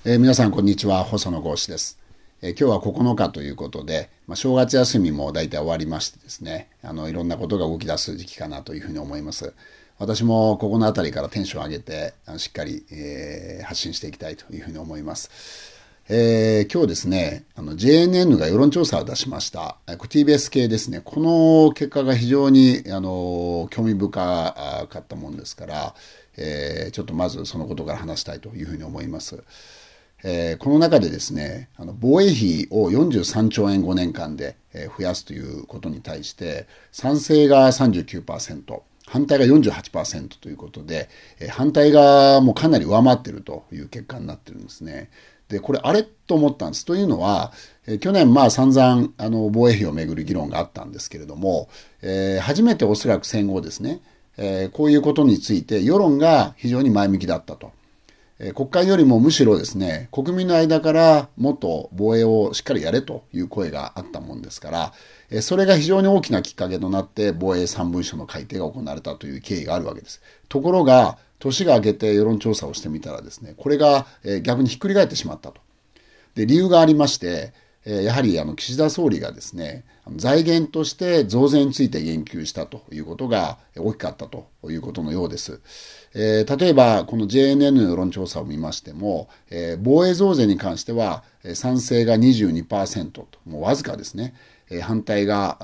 皆さんこんにちは、細野豪志です。今日は9日ということで、正月休みも大体終わりましてですね、いろんなことが動き出す時期かなというふうに思います。私もここの辺りからテンション上げてしっかり、発信していきたいというふうに思います。今日ですね、JNN が世論調査を出しました。TBS 系ですね。この結果が非常に興味深かったもんですから、ちょっとまずそのことから話したいというふうに思います。この中でですね、防衛費を43兆円5年間で増やすということに対して賛成が39%、反対が48%ということで、反対がもうかなり上回っているという結果になってるんですね。でこれあれと思ったんです。というのは、去年散々防衛費をめぐる議論があったんですけれども、初めておそらく戦後ですね、こういうことについて世論が非常に前向きだったと。国会よりもむしろですね、国民の間からもっと防衛をしっかりやれという声があったもんですから、それが非常に大きなきっかけとなって防衛3文書の改定が行われたという経緯があるわけです。ところが年が明けて世論調査をしてみたらですね、これが逆にひっくり返ってしまったと。で理由がありまして、やはり岸田総理がですね、財源として増税について言及したということが大きかったということのようです。例えばこの JNN の世論調査を見ましても、防衛増税に関しては賛成が 22% ともうわずかですね、反対が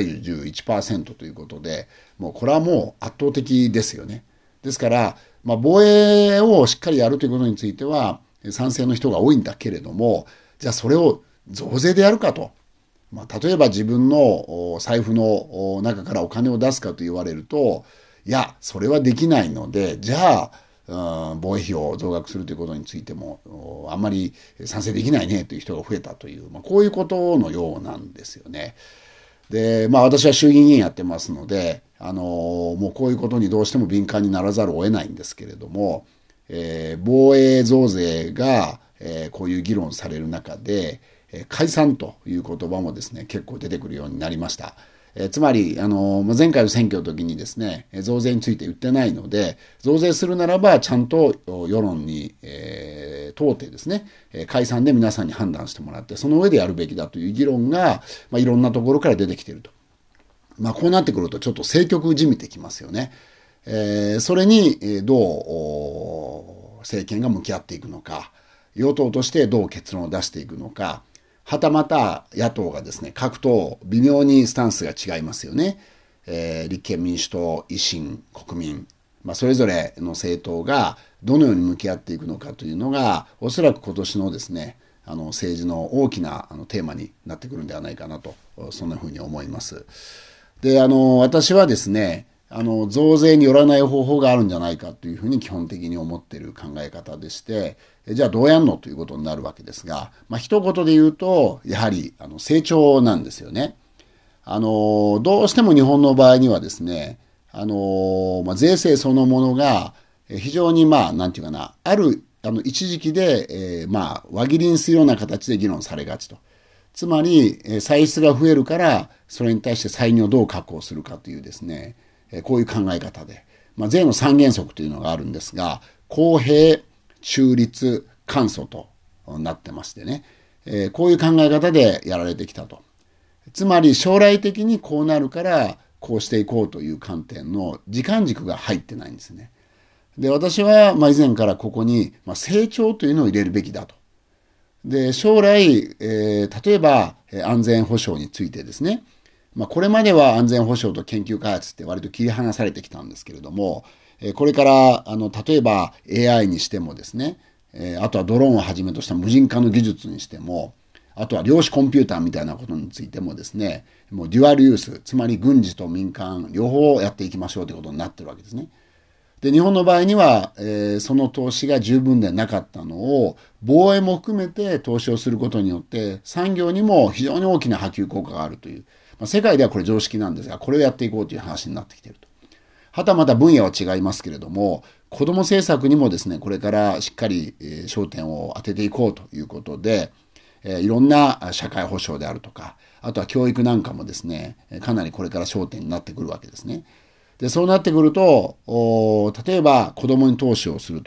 71%ということで、もうこれはもう圧倒的ですよね。ですから、防衛をしっかりやるということについては賛成の人が多いんだけれども、じゃあそれを増税でやるかと、例えば自分の財布の中からお金を出すかと言われると、いやそれはできないので、じゃあ防衛費を増額するということについてもあんまり賛成できないねという人が増えたという、こういうことのようなんですよね。で私は衆議院議員やってますので、もうこういうことにどうしても敏感にならざるを得ないんですけれども、防衛増税が、こういう議論される中で、解散という言葉もですね結構出てくるようになりました。つまり前回の選挙の時にですね増税について言ってないので、増税するならばちゃんと世論に、問うてですね解散で皆さんに判断してもらって、その上でやるべきだという議論が、いろんなところから出てきていると。こうなってくるとちょっと政局じみてきますよね。それにどう政権が向き合っていくのか、与党としてどう結論を出していくのか、はたまた野党がですね、各党微妙にスタンスが違いますよね。立憲民主党、維新、国民、それぞれの政党がどのように向き合っていくのかというのが、おそらく今年のですね政治の大きなテーマになってくるんではないかなと、そんなふうに思います。で私はですね増税によらない方法があるんじゃないかというふうに基本的に思っている考え方でして、じゃあどうやんのということになるわけですが、一言で言うとやはり成長なんですよね。どうしても日本の場合にはですね税制そのものが非常になんていうかな、ある一時期で、輪切りにするような形で議論されがちと。つまり歳出が増えるからそれに対して歳入をどう確保するかというですね、こういう考え方で、税の三原則というのがあるんですが、公平、中立、簡素となってましてね、こういう考え方でやられてきたと。つまり将来的にこうなるからこうしていこうという観点の時間軸が入ってないんですね。で私は以前からここに成長というのを入れるべきだと。で将来、例えば安全保障についてですね、これまでは安全保障と研究開発って割と切り離されてきたんですけれども、これから例えば AI にしてもですね、あとはドローンをはじめとした無人化の技術にしても、あとは量子コンピューターみたいなことについてもですね、もうデュアルユース、つまり軍事と民間両方やっていきましょうということになってるわけですね。で日本の場合には、その投資が十分でなかったのを防衛も含めて投資をすることによって産業にも非常に大きな波及効果があるという、世界ではこれ常識なんですが、これをやっていこうという話になってきていると。はたまた分野は違いますけれども、子ども政策にもですねこれからしっかり焦点を当てていこうということで、いろんな社会保障であるとか、あとは教育なんかもですねかなりこれから焦点になってくるわけですね。でそうなってくると例えば子どもに投資をすると、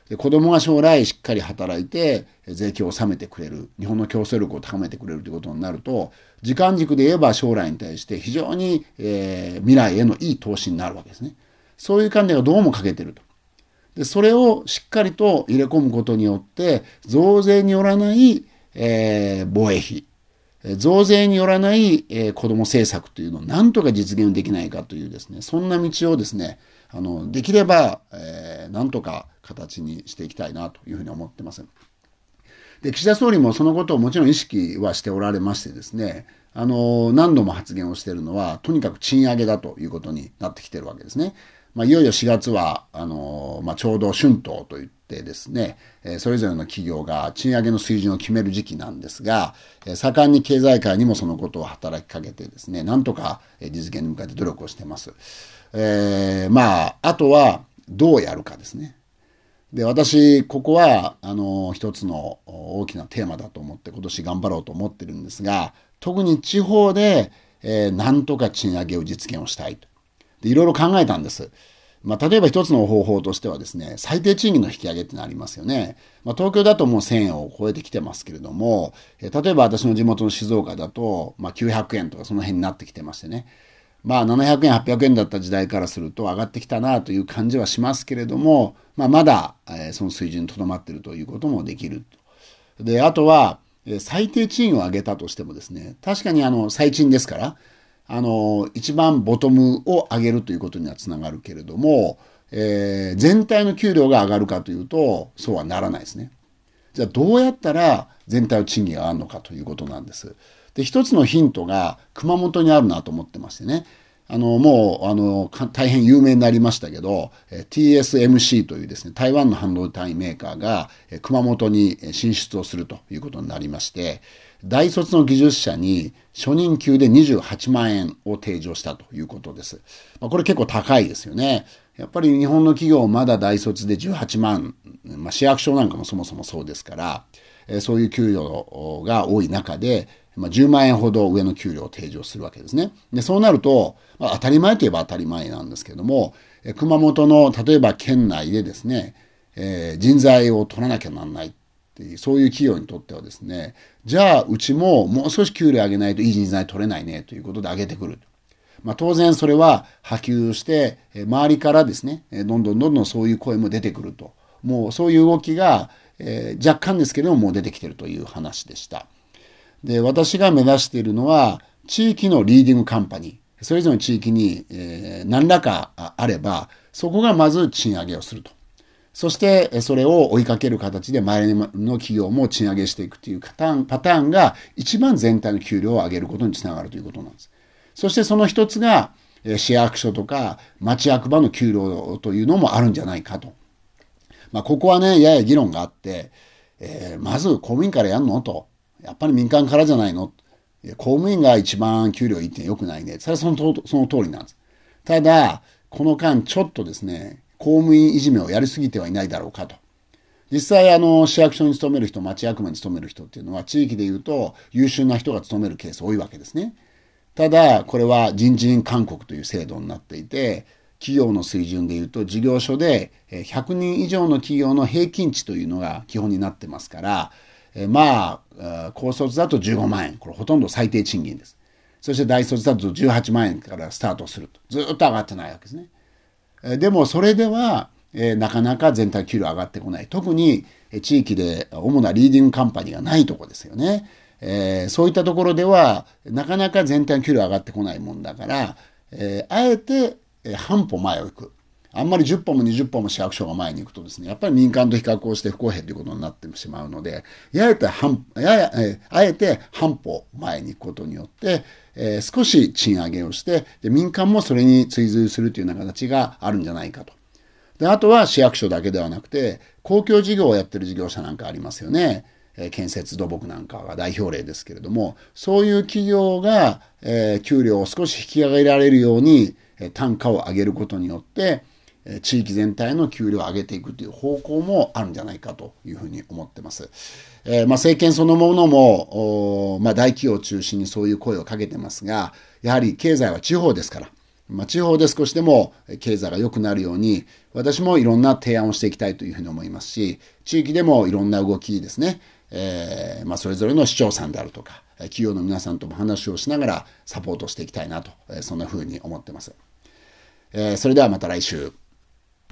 で子供が将来しっかり働いて税金を納めてくれる、日本の競争力を高めてくれるということになると、時間軸で言えば将来に対して非常に、未来へのいい投資になるわけですね。そういう観点がどうも欠けてると。でそれをしっかりと入れ込むことによって増税によらない、防衛費、増税によらない、子ども政策というのをなんとか実現できないかというですね、そんな道をですね、できれば、なんとか形にしていきたいなというふうに思ってます。で岸田総理もそのことをもちろん意識はしておられましてですね、何度も発言をしているのはとにかく賃上げだということになってきているわけですね。いよいよ4月はちょうど春闘といってですね、それぞれの企業が賃上げの水準を決める時期なんですが、盛んに経済界にもそのことを働きかけてですね、なんとか実現に向かって努力をしています。あとはどうやるかですね。で私ここは一つの大きなテーマだと思って今年頑張ろうと思ってるんですが、特に地方で、なんとか賃上げを実現をしたいと。でいろいろ考えたんです。例えば一つの方法としてはですね、最低賃金の引き上げってのありますよね。東京だともう1000円を超えてきてますけれども、例えば私の地元の静岡だと、900円とかその辺になってきてましてね。700円、800円だった時代からすると上がってきたなという感じはしますけれども、まだその水準にとどまっているということもできる。で、あとは、最低賃金を上げたとしてもですね、確かに最賃ですから、一番ボトムを上げるということにはつながるけれども、全体の給料が上がるかというと、そうはならないですね。じゃあどうやったら全体の賃金が上がるのかということなんです。で、一つのヒントが熊本にあるなと思ってましてね。もう大変有名になりましたけど、TSMC というですね、台湾の半導体メーカーが熊本に進出をするということになりまして、大卒の技術者に初任給で28万円を提示をしたということです。これ結構高いですよね。やっぱり日本の企業まだ大卒で18万、市役所なんかもそもそもそうですから、そういう給与が多い中で、10万円ほど上の給料を提示をするわけですね。でそうなると、当たり前といえば当たり前なんですけども、熊本の例えば県内でですね、人材を取らなきゃならないっていう、そういう企業にとってはですね、じゃあうちももう少し給料上げないといい人材取れないねということで上げてくる。当然それは波及して周りからですね、どんどんそういう声も出てくると。もうそういう動きが、若干ですけれどももう出てきているという話でした。で私が目指しているのは地域のリーディングカンパニー、それぞれの地域に、何らかあればそこがまず賃上げをすると。そしてそれを追いかける形で前の企業も賃上げしていくというパターンが一番全体の給料を上げることにつながるということなんです。そしてその一つが市役所とか町役場の給料というのもあるんじゃないかと。ここはねやや議論があって、まず公務員からやるのと。やっぱり民間からじゃないの。公務員が一番給料いいって良くないね。それはその通りなんです。ただ、この間ちょっとですね、公務員いじめをやりすぎてはいないだろうかと。実際市役所に勤める人、町役場に勤める人っていうのは地域でいうと優秀な人が勤めるケース多いわけですね。ただ、これは人事院勧告という制度になっていて、企業の水準でいうと事業所で100人以上の企業の平均値というのが基本になってますから、高卒だと15万円。これほとんど最低賃金です。そして大卒だと18万円からスタートすると。ずっと上がってないわけですね。でもそれでは、なかなか全体給料上がってこない。特に地域で主なリーディングカンパニーがないところですよね。そういったところではなかなか全体の給料上がってこないもんだから、あえて半歩前を行く。あんまり10歩も20歩も市役所が前に行くとですね、やっぱり民間と比較をして不公平ということになってしまうので、あえて半歩前に行くことによって、少し賃上げをして、で民間もそれに追随するというような形があるんじゃないかと。であとは市役所だけではなくて、公共事業をやってる事業者なんかありますよね。建設土木なんかが代表例ですけれども、そういう企業が、給料を少し引き上げられるように単価を上げることによって地域全体の給料を上げていくという方向もあるんじゃないかというふうに思ってます。政権そのものも、大企業を中心にそういう声をかけてますが、やはり経済は地方ですから、 地方で少しでも経済が良くなるように、私もいろんな提案をしていきたいというふうに思いますし、地域でもいろんな動きですね、それぞれの市長さんであるとか、企業の皆さんとも話をしながらサポートしていきたいなと、そんなふうに思ってます。それではまた来週。